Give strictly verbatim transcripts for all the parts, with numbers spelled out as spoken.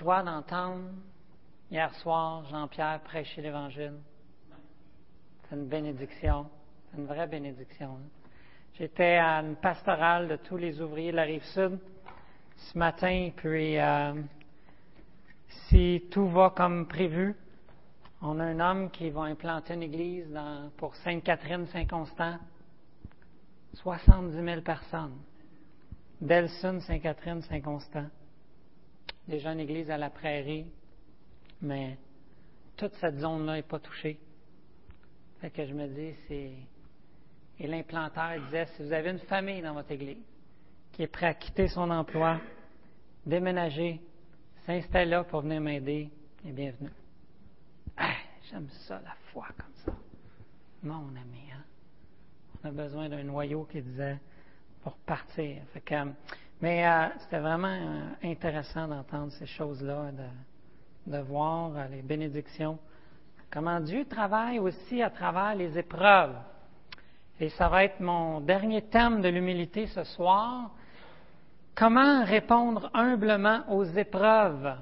Joie d'entendre hier soir Jean-Pierre prêcher l'Évangile. C'est une bénédiction, c'est une vraie bénédiction. Hein? J'étais à une pastorale de tous les ouvriers de la Rive-Sud ce matin, puis euh, si tout va comme prévu, on a un homme qui va implanter une église dans, pour Sainte-Catherine-Saint-Constant. soixante-dix mille personnes. Delsun, Sainte-Catherine, Saint-Constant. Déjà une église à la prairie, mais toute cette zone-là n'est pas touchée. Fait que je me dis, c'est... Et l'implanteur disait, si vous avez une famille dans votre église qui est prête à quitter son emploi, déménager, s'installer là pour venir m'aider, et bienvenue. Ah, j'aime ça, la foi comme ça. Mon ami, hein? On a besoin d'un noyau qui disait pour partir. Fait que, mais euh, c'était vraiment euh, intéressant d'entendre ces choses-là, de, de voir euh, les bénédictions. Comment Dieu travaille aussi à travers les épreuves. Et ça va être mon dernier thème de l'humilité ce soir. Comment répondre humblement aux épreuves?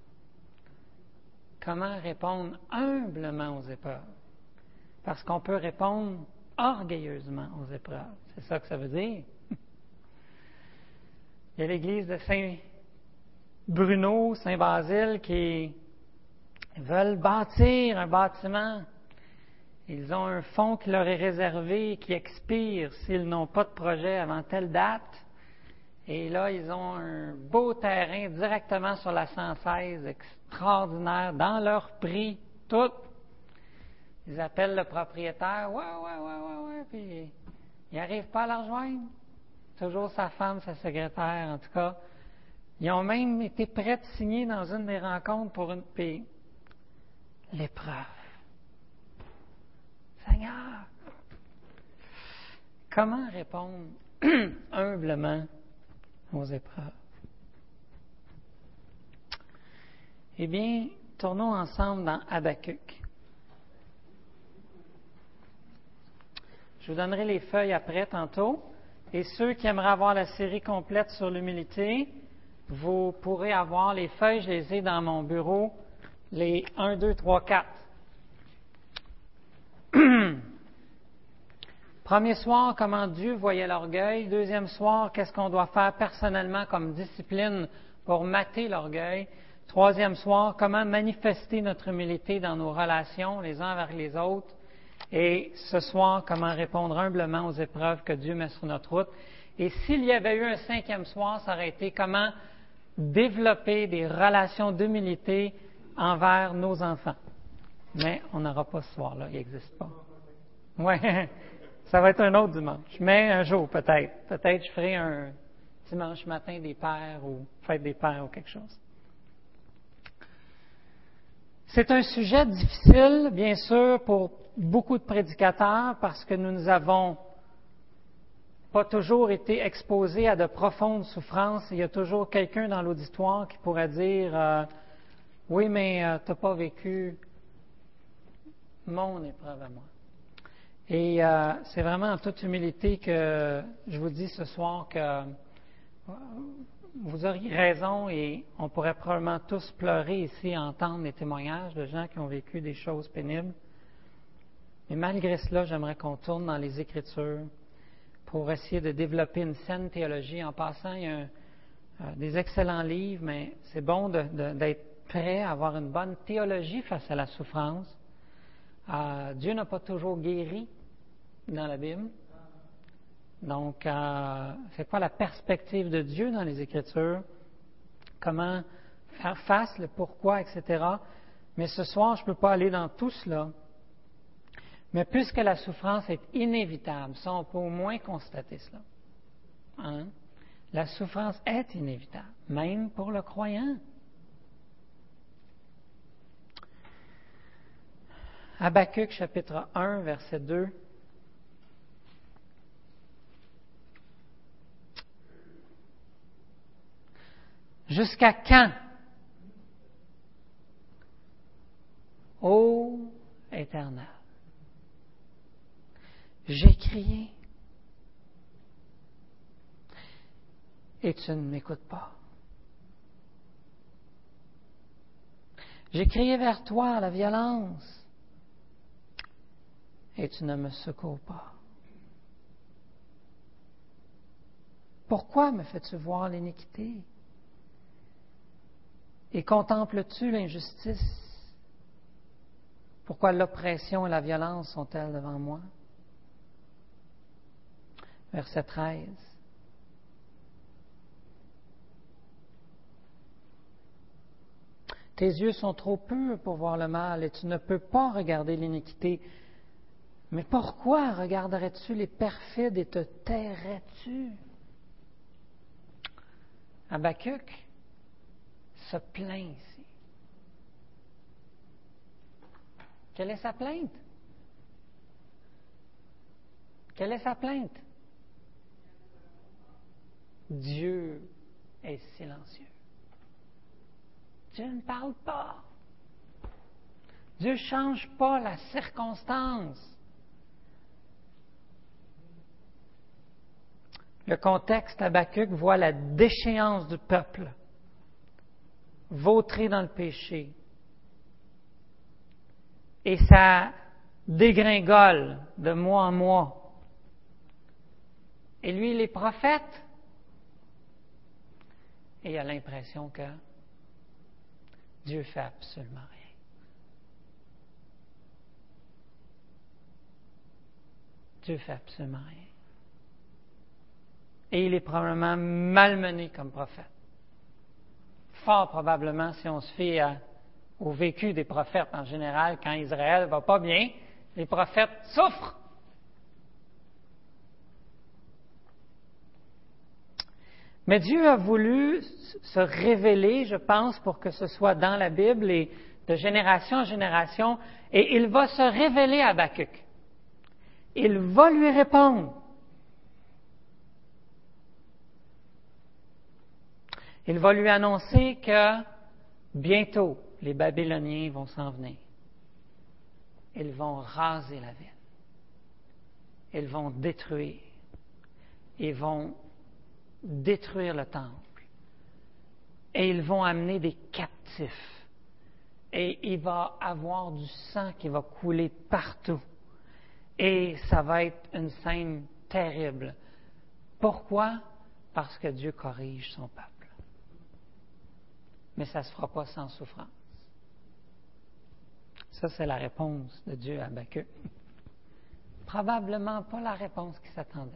Comment répondre humblement aux épreuves? Parce qu'on peut répondre orgueilleusement aux épreuves. C'est ça que ça veut dire. Il y a l'église de Saint-Bruno, Saint-Basile, qui veulent bâtir un bâtiment. Ils ont un fonds qui leur est réservé, qui expire s'ils n'ont pas de projet avant telle date. Et là, ils ont un beau terrain directement sur la cent seize, extraordinaire, dans leur prix, tout. Ils appellent le propriétaire, ouais, ouais, ouais, ouais, ouais, puis ils n'arrivent pas à la rejoindre. Toujours sa femme, sa secrétaire, en tout cas. Ils ont même été prêts de signer dans une des rencontres pour une paix. L'épreuve. Seigneur, comment répondre humblement aux épreuves? Eh bien, tournons ensemble dans Habakkuk. Je vous donnerai les feuilles après, tantôt. Et ceux qui aimeraient avoir la série complète sur l'humilité, vous pourrez avoir les feuilles, je les ai dans mon bureau, les un, deux, trois, quatre. Premier soir, comment Dieu voyait l'orgueil. Deuxième soir, qu'est-ce qu'on doit faire personnellement comme discipline pour mater l'orgueil. Troisième soir, comment manifester notre humilité dans nos relations les uns avec les autres. Et ce soir, comment répondre humblement aux épreuves que Dieu met sur notre route. Et s'il y avait eu un cinquième soir, ça aurait été comment développer des relations d'humilité envers nos enfants. Mais on n'aura pas ce soir-là, il n'existe pas. Oui, ça va être un autre dimanche. Mais un jour, peut-être. Peut-être je ferai un dimanche matin des pères ou fête des pères ou quelque chose. C'est un sujet difficile, bien sûr, pour beaucoup de prédicateurs parce que nous n'avons pas toujours été exposés à de profondes souffrances. Il y a toujours quelqu'un dans l'auditoire qui pourrait dire euh, « Oui, mais euh, tu n'as pas vécu mon épreuve à moi. » Et euh, c'est vraiment en toute humilité que je vous dis ce soir que euh, vous auriez raison et on pourrait probablement tous pleurer ici à entendre des témoignages de gens qui ont vécu des choses pénibles. Mais malgré cela, j'aimerais qu'on tourne dans les Écritures pour essayer de développer une saine théologie. En passant, il y a un, euh, des excellents livres, mais c'est bon de, de, d'être prêt à avoir une bonne théologie face à la souffrance. Euh, Dieu n'a pas toujours guéri dans la Bible. Donc, euh, c'est quoi la perspective de Dieu dans les Écritures? Comment faire face, le pourquoi, et cetera. Mais ce soir, je ne peux pas aller dans tout cela. Mais puisque la souffrance est inévitable, ça, on peut au moins constater cela. Hein? La souffrance est inévitable, même pour le croyant. Habakkuk, chapitre un, verset deux. Jusqu'à quand, ô Éternel, j'ai crié et tu ne m'écoutes pas. J'ai crié vers toi la violence, et tu ne me secours pas. Pourquoi me fais-tu voir l'iniquité? Et contemples-tu l'injustice? Pourquoi l'oppression et la violence sont-elles devant moi? Verset treize. Tes yeux sont trop purs pour voir le mal et tu ne peux pas regarder l'iniquité. Mais pourquoi regarderais-tu les perfides et te tairais-tu? Habakkuk se plaint ici. Quelle est sa plainte? Quelle est sa plainte? Dieu est silencieux. Dieu ne parle pas. Dieu ne change pas la circonstance. Le contexte, Habakkuk voit la déchéance du peuple, vautré dans le péché. Et ça dégringole de mois en mois. Et lui, il est prophète. Et il a l'impression que Dieu fait absolument rien. Dieu fait absolument rien. Et il est probablement malmené comme prophète. Fort probablement, si on se fie à, au vécu des prophètes en général, quand Israël va pas bien, les prophètes souffrent. Mais Dieu a voulu se révéler, je pense, pour que ce soit dans la Bible et de génération en génération, et il va se révéler à Habakkuk. Il va lui répondre. Il va lui annoncer que bientôt, les Babyloniens vont s'en venir. Ils vont raser la ville. Ils vont détruire. Ils vont détruire le temple. Et ils vont amener des captifs. Et il va avoir du sang qui va couler partout. Et ça va être une scène terrible. Pourquoi? Parce que Dieu corrige son peuple. Mais ça ne se fera pas sans souffrance. Ça, c'est la réponse de Dieu à Habakkuk. Probablement pas la réponse qu'il s'attendait.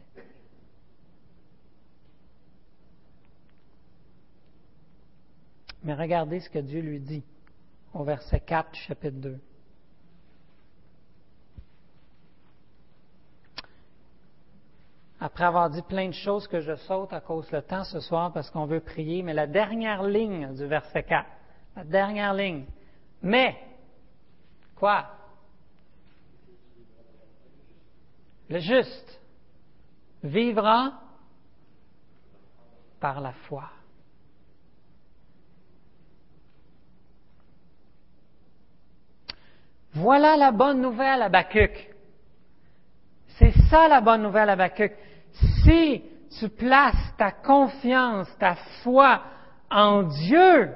Mais regardez ce que Dieu lui dit au verset quatre du chapitre deux. Après avoir dit plein de choses que je saute à cause du temps ce soir parce qu'on veut prier, mais la dernière ligne du verset quatre, la dernière ligne. Mais, quoi? Le juste vivra par la foi. Voilà la bonne nouvelle, Habakkuk. C'est ça la bonne nouvelle, Habakkuk. Si tu places ta confiance, ta foi en Dieu,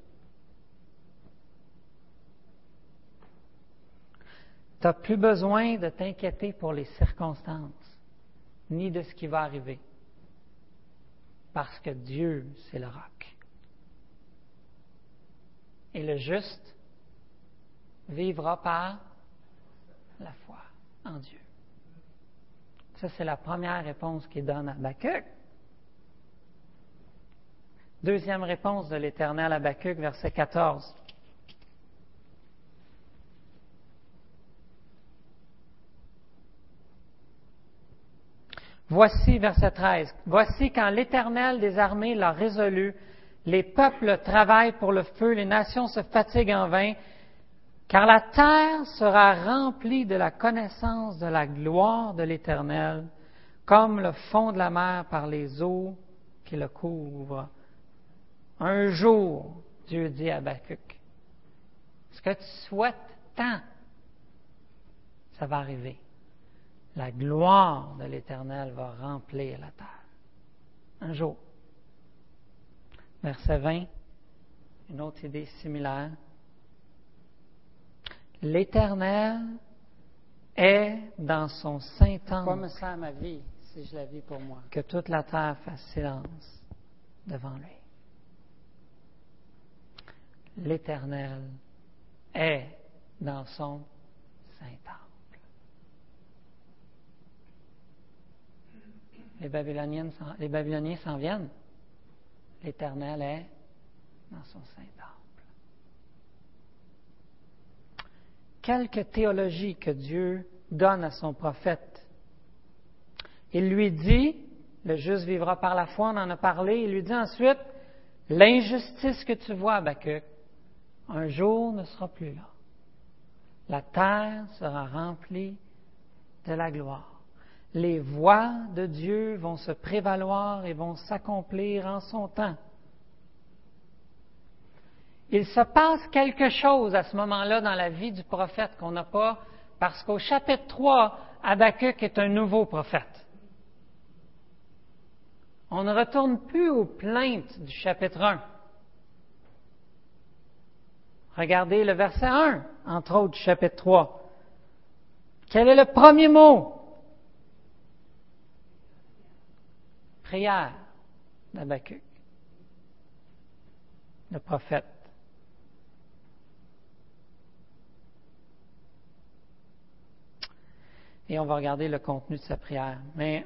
tu n'as plus besoin de t'inquiéter pour les circonstances, ni de ce qui va arriver. Parce que Dieu, c'est le roc. Et le juste vivra par la foi en Dieu. Ça, c'est la première réponse qu'il donne à Habakkuk. Deuxième réponse de l'Éternel à Habakkuk, verset quatorze. Voici, verset treize, voici quand l'Éternel des armées l'a résolu, les peuples travaillent pour le feu, les nations se fatiguent en vain, car la terre sera remplie de la connaissance de la gloire de l'Éternel, comme le fond de la mer par les eaux qui le couvrent. Un jour, Dieu dit à Habakkuk, ce que tu souhaites tant, ça va arriver. La gloire de l'Éternel va remplir la terre. Un jour. Verset vingt, une autre idée similaire. L'Éternel est dans son saint temple. Quoi me sert ma vie si je la vis pour moi? Que toute la terre fasse silence devant lui. L'Éternel est dans son saint temple. Les Babyloniens s'en, les Babyloniens s'en viennent. L'Éternel est dans son saint temple. Quelque théologie que Dieu donne à son prophète. Il lui dit, le juste vivra par la foi, on en a parlé, il lui dit ensuite, l'injustice que tu vois, Habakkuk, un jour ne sera plus là. La terre sera remplie de la gloire. Les voies de Dieu vont se prévaloir et vont s'accomplir en son temps. Il se passe quelque chose à ce moment-là dans la vie du prophète qu'on n'a pas, parce qu'au chapitre trois, Habakkuk est un nouveau prophète. On ne retourne plus aux plaintes du chapitre un. Regardez le verset un, entre autres, du chapitre trois. Quel est le premier mot? Prière d'Habakkuk, le prophète. Et on va regarder le contenu de sa prière. Mais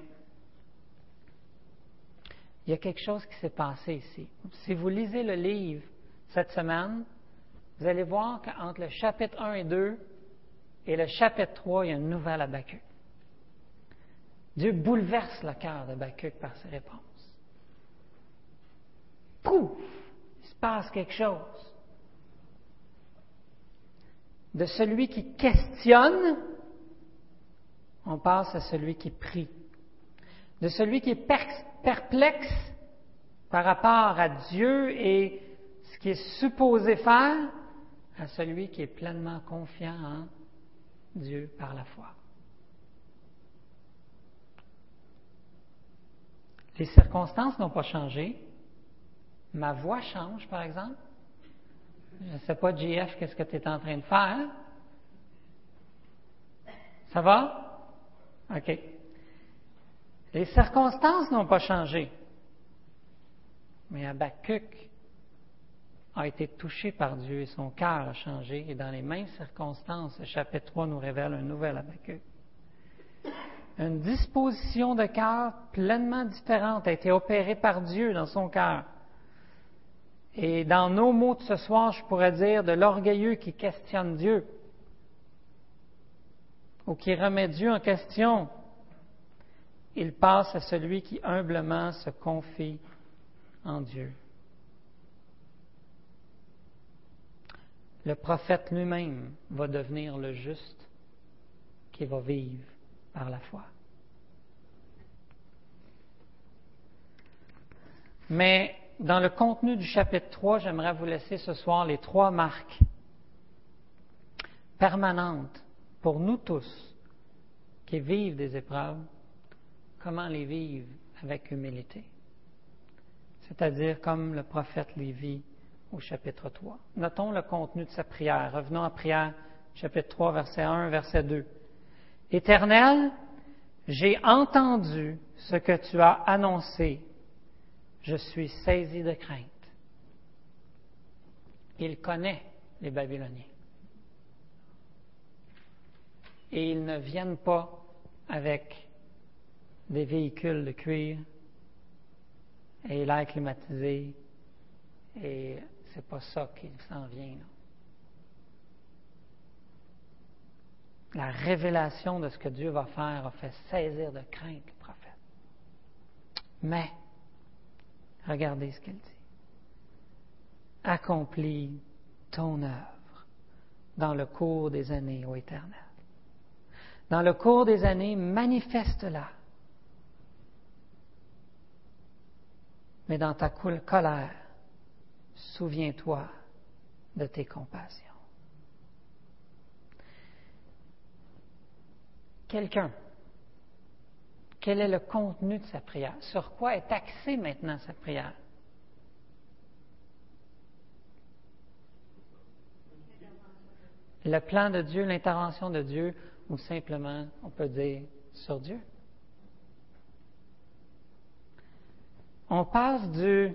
il y a quelque chose qui s'est passé ici. Si vous lisez le livre cette semaine, vous allez voir qu'entre le chapitre un et deux et le chapitre trois, il y a une nouvelle Habakkuk. Dieu bouleverse le cœur d'Habakkuk par ses réponses. Pouf! Il se passe quelque chose. De celui qui questionne, on passe à celui qui prie. De celui qui est perplexe par rapport à Dieu et ce qu'il est supposé faire, à celui qui est pleinement confiant en Dieu par la foi. Les circonstances n'ont pas changé. Ma voix change, par exemple. Je ne sais pas, J F, qu'est-ce que tu es en train de faire? Ça va? OK. Les circonstances n'ont pas changé. Mais Habakkuk a été touché par Dieu et son cœur a changé. Et dans les mêmes circonstances, le chapitre trois nous révèle un nouvel Habakkuk. Une disposition de cœur pleinement différente a été opérée par Dieu dans son cœur. Et dans nos mots de ce soir, je pourrais dire de l'orgueilleux qui questionne Dieu ou qui remet Dieu en question. Il passe à celui qui humblement se confie en Dieu. Le prophète lui-même va devenir le juste qui va vivre par la foi. Mais dans le contenu du chapitre trois, j'aimerais vous laisser ce soir les trois marques permanentes pour nous tous qui vivent des épreuves, comment les vivre avec humilité. C'est-à-dire comme le prophète les vit au chapitre trois. Notons le contenu de sa prière. Revenons à prière, chapitre trois, verset un, verset deux. Éternel, j'ai entendu ce que tu as annoncé. Je suis saisi de crainte. Il connaît les Babyloniens. Et ils ne viennent pas avec des véhicules de cuir et l'air climatisé. Et c'est pas ça qui s'en vient. Non. La révélation de ce que Dieu va faire a fait saisir de crainte le prophète. Mais, regardez ce qu'il dit. Accomplis ton œuvre dans le cours des années, ô Éternel. Dans le cours des années, manifeste-la. Mais dans ta colère, souviens-toi de tes compassions. Quelqu'un, quel est le contenu de sa prière? Sur quoi est axée maintenant sa prière? le plan de Dieu, l'intervention de Dieu, ou simplement, on peut dire, sur Dieu. On passe du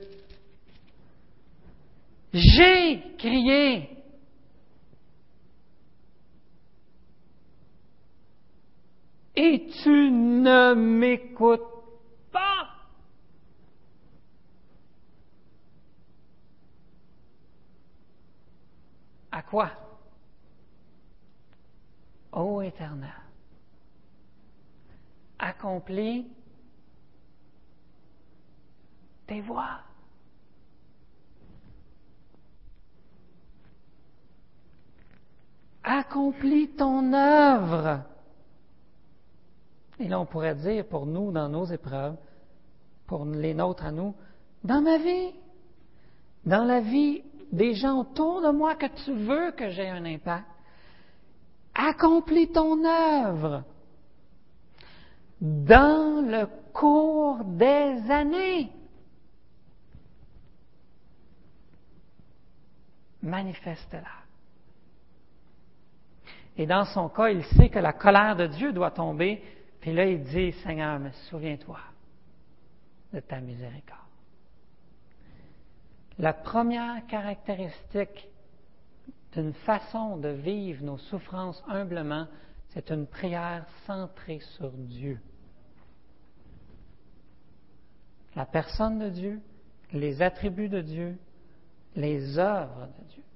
« J'ai crié » et tu ne m'écoutes pas. À quoi? Ô Éternel, accomplis tes voies. Accomplis ton œuvre. Et là, on pourrait dire pour nous, dans nos épreuves, pour les nôtres à nous, dans ma vie, dans la vie des gens autour de moi que tu veux que j'ai un impact, accomplis ton œuvre dans le cours des années. Manifeste-la. Et dans son cas, il sait que la colère de Dieu doit tomber. Puis là, il dit, Seigneur, mais souviens-toi de ta miséricorde. La première caractéristique d'une façon de vivre nos souffrances humblement, c'est une prière centrée sur Dieu. La personne de Dieu, les attributs de Dieu, les œuvres de Dieu.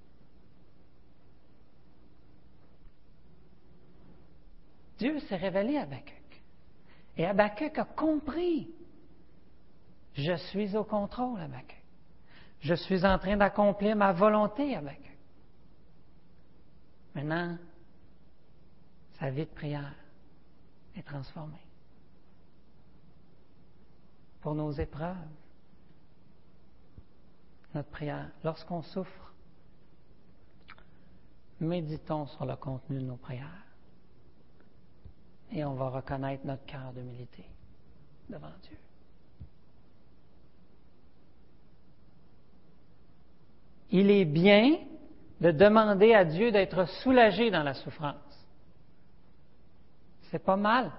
Dieu s'est révélé à Habakkuk. Et Habakkuk a compris. Je suis au contrôle, Habakkuk. Je suis en train d'accomplir ma volonté, Habakkuk. Maintenant, sa vie de prière est transformée. Pour nos épreuves, notre prière, lorsqu'on souffre, méditons sur le contenu de nos prières. Et on va reconnaître notre cœur d'humilité devant Dieu. Il est bien de demander à Dieu d'être soulagé dans la souffrance. C'est pas mal.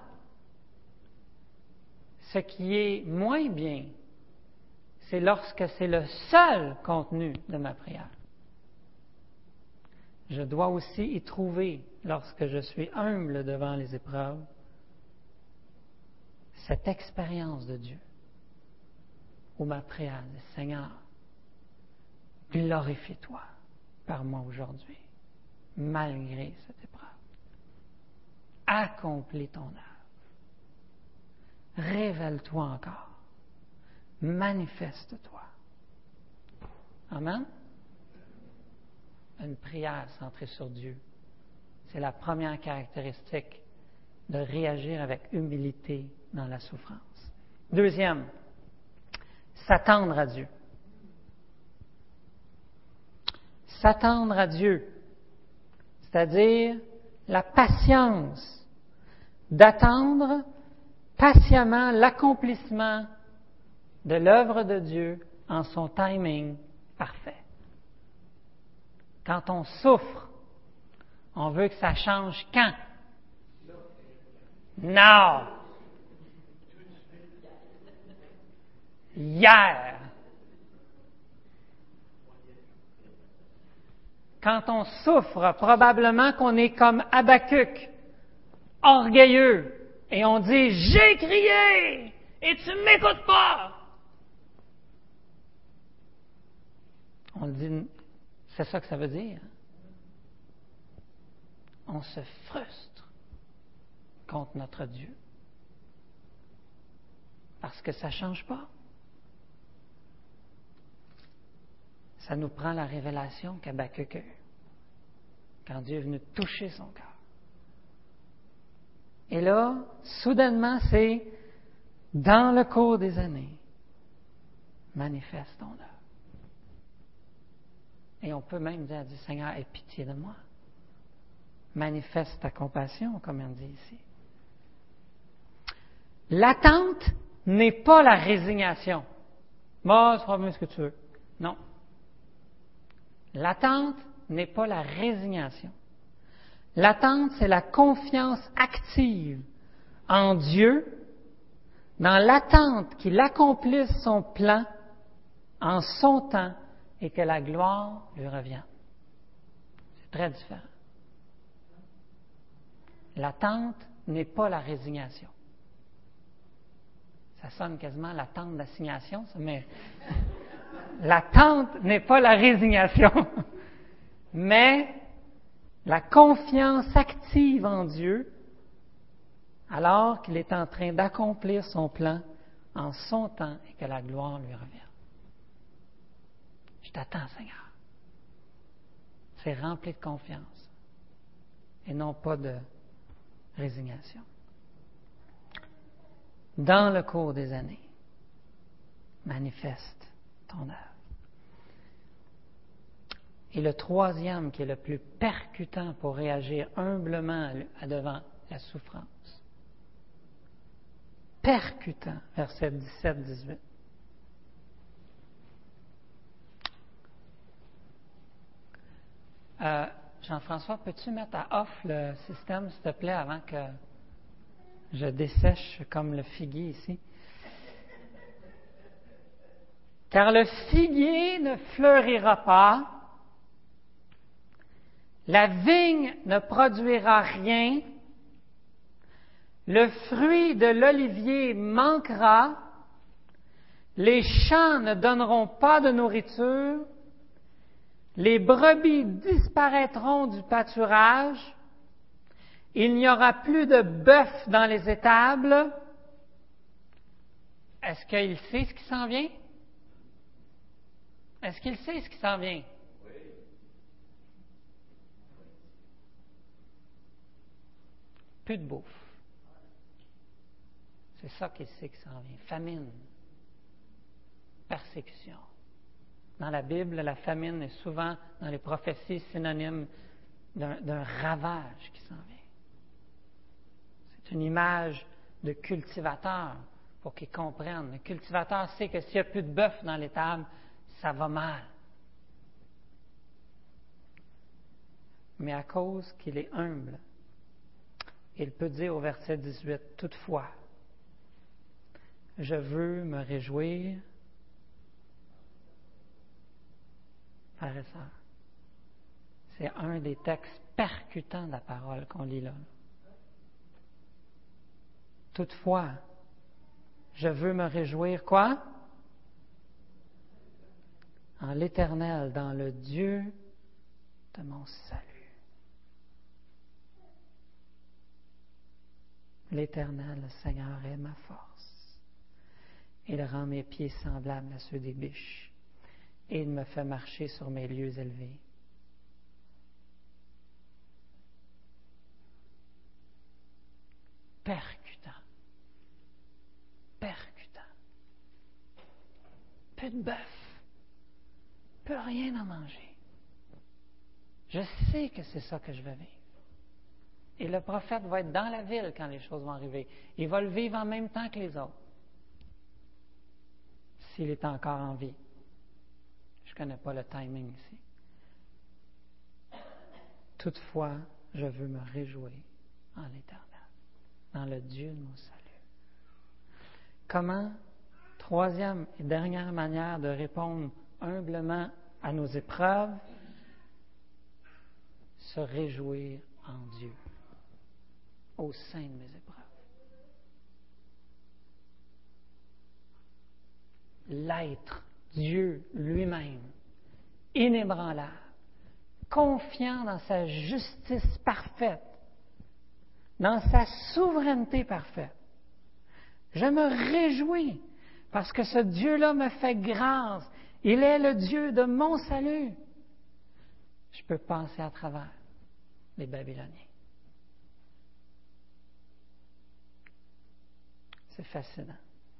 Ce qui est moins bien, c'est lorsque c'est le seul contenu de ma prière. Je dois aussi y trouver, lorsque je suis humble devant les épreuves, cette expérience de Dieu, où ma prière dit, Seigneur, glorifie-toi par moi aujourd'hui, malgré cette épreuve. Accomplis ton œuvre. Révèle-toi encore. Manifeste-toi. Amen. Une prière centrée sur Dieu. C'est la première caractéristique de réagir avec humilité dans la souffrance. Deuxième, s'attendre à Dieu. S'attendre à Dieu, c'est-à-dire la patience d'attendre patiemment l'accomplissement de l'œuvre de Dieu en son timing parfait. Quand on souffre, on veut que ça change quand? Now! Hier! Quand on souffre, probablement qu'on est comme Habakkuk, orgueilleux, et on dit « J'ai crié et tu ne m'écoutes pas! » On dit, c'est ça que ça veut dire. On se frustre contre notre Dieu parce que ça ne change pas. Ça nous prend la révélation qu'Habakkuk a eue quand Dieu est venu toucher son cœur. Et là, soudainement, c'est dans le cours des années, manifeste ton œuvre. Et on peut même dire à Dieu, Seigneur, aie pitié de moi. Manifeste ta compassion, comme on dit ici. L'attente n'est pas la résignation. Moi, c'est pas mieux ce que tu veux. Non. L'attente n'est pas la résignation. L'attente, c'est la confiance active en Dieu, dans l'attente qu'il accomplisse son plan en son temps et que la gloire lui revienne. C'est très différent. L'attente n'est pas la résignation. Ça sonne quasiment l'attente d'assignation, ça, mais l'attente n'est pas la résignation, mais la confiance active en Dieu alors qu'il est en train d'accomplir son plan en son temps et que la gloire lui revienne. Je t'attends, Seigneur. C'est rempli de confiance et non pas de résignation. Dans le cours des années, manifeste ton œuvre. Et le troisième, qui est le plus percutant pour réagir humblement devant la souffrance. Percutant, versets dix-sept à dix-huit. Euh, Jean-François, peux-tu mettre à off le système, s'il te plaît, avant que je dessèche comme le figuier ici? Car le figuier ne fleurira pas, la vigne ne produira rien, le fruit de l'olivier manquera, les champs ne donneront pas de nourriture, les brebis disparaîtront du pâturage, il n'y aura plus de bœuf dans les étables. Est-ce qu'il sait ce qui s'en vient? Est-ce qu'il sait ce qui s'en vient? Oui. Plus de bouffe. C'est ça qu'il sait qui s'en vient. Famine. Persécution. Dans la Bible, la famine est souvent, dans les prophéties, synonyme d'un, d'un ravage qui s'en vient. C'est une image de cultivateur pour qu'ils comprennent. Le cultivateur sait que s'il n'y a plus de bœuf dans l'étable, ça va mal. Mais à cause qu'il est humble, il peut dire au verset dix-huit, « Toutefois, je veux me réjouir, frères et sœurs. » C'est un des textes percutants de la parole qu'on lit là. Toutefois, je veux me réjouir, quoi? En l'Éternel, dans le Dieu de mon salut. L'Éternel, le Seigneur, est ma force. Il rend mes pieds semblables à ceux des biches, et il me fait marcher sur mes lieux élevés. Percutant. Percutant. Peu de bœuf. Peu rien à manger. Je sais que c'est ça que je vais vivre. Et le prophète va être dans la ville quand les choses vont arriver. Il va le vivre en même temps que les autres. S'il est encore en vie. Je ne connais pas le timing ici. Toutefois, je veux me réjouir en l'Éternel, dans le Dieu de mon salut. Comment, troisième et dernière manière de répondre humblement à nos épreuves, se réjouir en Dieu, au sein de mes épreuves. L'être, Dieu lui-même, inébranlable, confiant dans sa justice parfaite, dans sa souveraineté parfaite. Je me réjouis parce que ce Dieu-là me fait grâce. Il est le Dieu de mon salut. Je peux passer à travers les Babyloniens. C'est fascinant.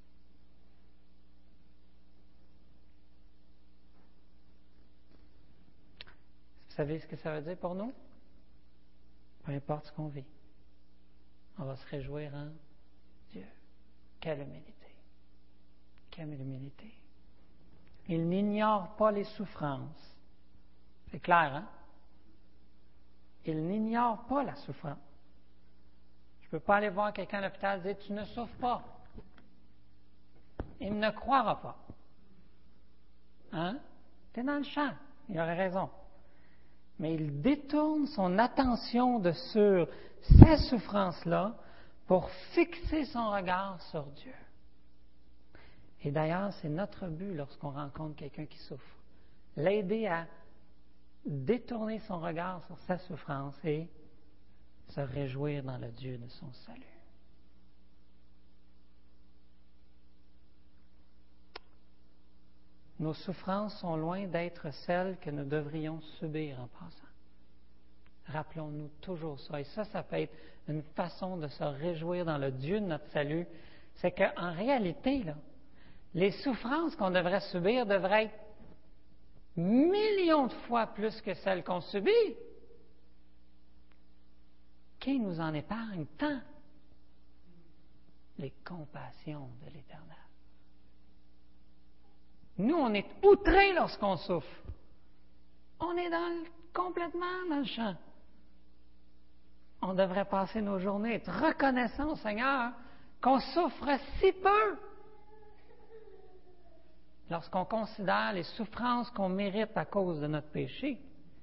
Vous savez ce que ça veut dire pour nous? Peu importe ce qu'on vit, on va se réjouir en Dieu. Quelle humilité! Quelle humilité! Il n'ignore pas les souffrances. C'est clair, hein? il n'ignore pas la souffrance. Je ne peux pas aller voir quelqu'un à l'hôpital et dire « Tu ne souffres pas ». Il ne croira pas. Hein? Tu es dans le champ. Il aurait raison. Mais il détourne son attention de sur ces souffrances-là pour fixer son regard sur Dieu. Et d'ailleurs, c'est notre but lorsqu'on rencontre quelqu'un qui souffre. L'aider à détourner son regard sur sa souffrance et se réjouir dans le Dieu de son salut. Nos souffrances sont loin d'être celles que nous devrions subir en passant. Rappelons-nous toujours ça. Et ça, ça peut être une façon de se réjouir dans le Dieu de notre salut. C'est qu'en réalité, là, les souffrances qu'on devrait subir devraient être millions de fois plus que celles qu'on subit. Qui nous en épargne tant? Les compassions de l'Éternel. Nous, on est outrés lorsqu'on souffre. On est dans le, complètement dans le champ. On devrait passer nos journées, être reconnaissants au Seigneur qu'on souffre si peu. Lorsqu'on considère les souffrances qu'on mérite à cause de notre péché.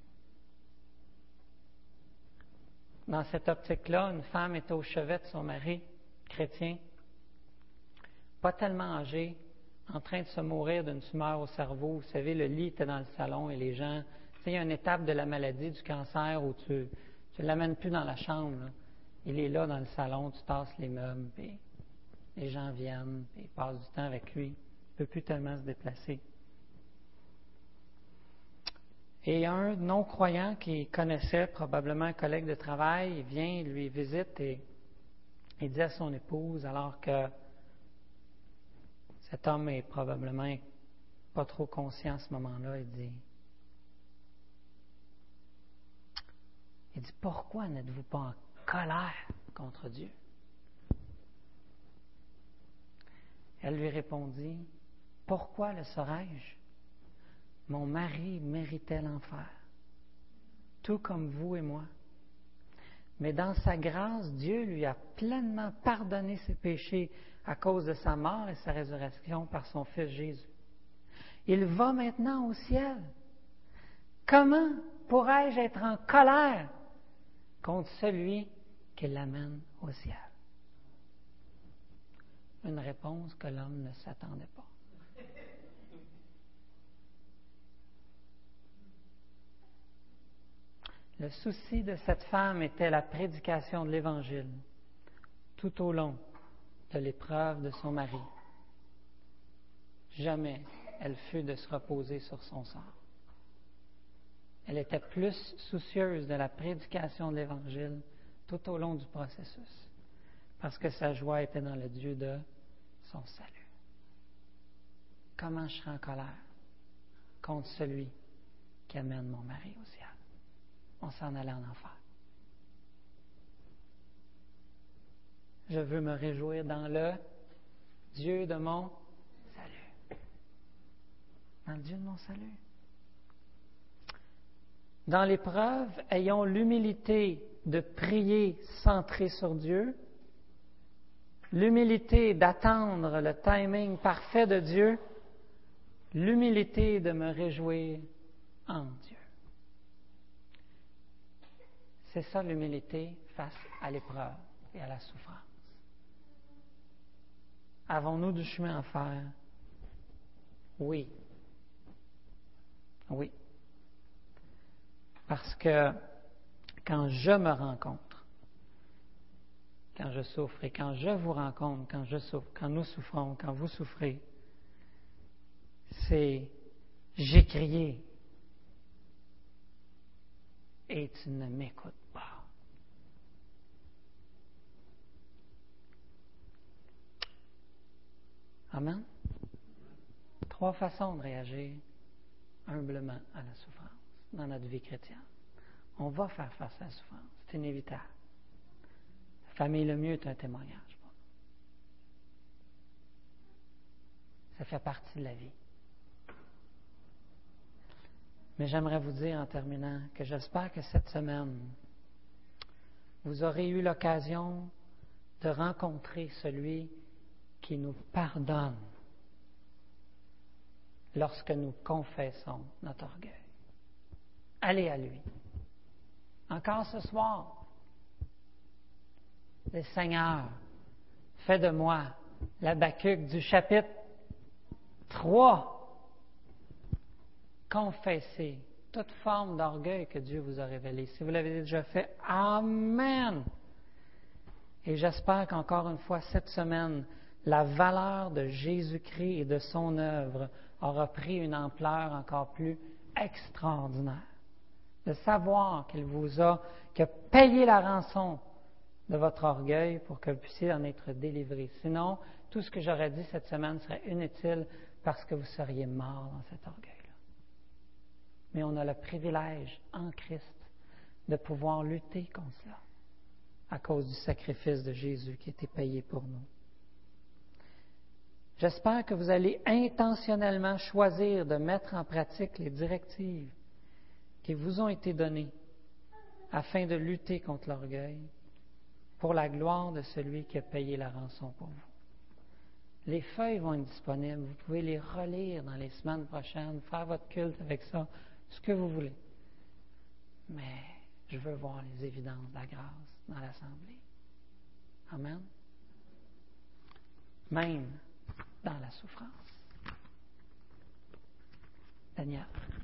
Dans cette optique-là, une femme était au chevet de son mari, chrétien, pas tellement âgé, en train de se mourir d'une tumeur au cerveau. Vous savez, le lit était dans le salon et les gens... Tu sais, il y a une étape de la maladie, du cancer, où tu ne l'amènes plus dans la chambre. Là. Il est là dans le salon, tu tasses les meubles, puis les gens viennent, puis ils passent du temps avec lui. Il ne peut plus tellement se déplacer. Et un non-croyant qui connaissait, probablement un collègue de travail, il vient, il lui visite et il dit à son épouse, alors que cet homme est probablement pas trop conscient à ce moment-là, il dit, il dit, pourquoi n'êtes-vous pas en colère contre Dieu? Elle lui répondit, pourquoi le serais-je? Mon mari méritait l'enfer, tout comme vous et moi. Mais dans sa grâce, Dieu lui a pleinement pardonné ses péchés à cause de sa mort et sa résurrection par son Fils Jésus. Il va maintenant au ciel. Comment pourrais-je être en colère contre celui qui l'amène au ciel? Une réponse que l'homme ne s'attendait pas. Le souci de cette femme était la prédication de l'Évangile tout au long de l'épreuve de son mari. Jamais elle fut de se reposer sur son sort. Elle était plus soucieuse de la prédication de l'Évangile tout au long du processus, parce que sa joie était dans le Dieu de son salut. Comment je serai en colère contre celui qui amène mon mari au ciel? On s'en allait en enfer. Je veux me réjouir dans le Dieu de mon salut. Dans le Dieu de mon salut. Dans l'épreuve, ayons l'humilité de prier centré sur Dieu, l'humilité d'attendre le timing parfait de Dieu, l'humilité de me réjouir en Dieu. C'est ça l'humilité face à l'épreuve et à la souffrance. Avons-nous du chemin à faire? Oui. Oui. Parce que quand je me rencontre, quand je souffre, et quand je vous rencontre, quand je souffre, quand nous souffrons, quand vous souffrez, c'est j'ai crié et tu ne m'écoutes pas. Amen. Trois façons de réagir humblement à la souffrance dans notre vie chrétienne. On va faire face à la souffrance, c'est inévitable. La famille le mieux est un témoignage. Ça fait partie de la vie. Mais j'aimerais vous dire en terminant que j'espère que cette semaine, vous aurez eu l'occasion de rencontrer celui qui nous pardonne lorsque nous confessons notre orgueil. Allez à lui. Encore ce soir, le Seigneur, fais de moi l'Habacuc du chapitre trois. Confessez toute forme d'orgueil que Dieu vous a révélée. Si vous l'avez déjà fait, Amen! Et j'espère qu'encore une fois, cette semaine, la valeur de Jésus-Christ et de son œuvre aura pris une ampleur encore plus extraordinaire. De savoir qu'il vous a, qu'il a payé la rançon de votre orgueil pour que vous puissiez en être délivré. Sinon, tout ce que j'aurais dit cette semaine serait inutile parce que vous seriez mort dans cet orgueil-là. Mais on a le privilège en Christ de pouvoir lutter contre cela à cause du sacrifice de Jésus qui a été payé pour nous. J'espère que vous allez intentionnellement choisir de mettre en pratique les directives qui vous ont été données afin de lutter contre l'orgueil pour la gloire de celui qui a payé la rançon pour vous. Les feuilles vont être disponibles. Vous pouvez les relire dans les semaines prochaines, faire votre culte avec ça, ce que vous voulez. Mais je veux voir les évidences de la grâce dans l'Assemblée. Amen. Même dans la souffrance. Daniel.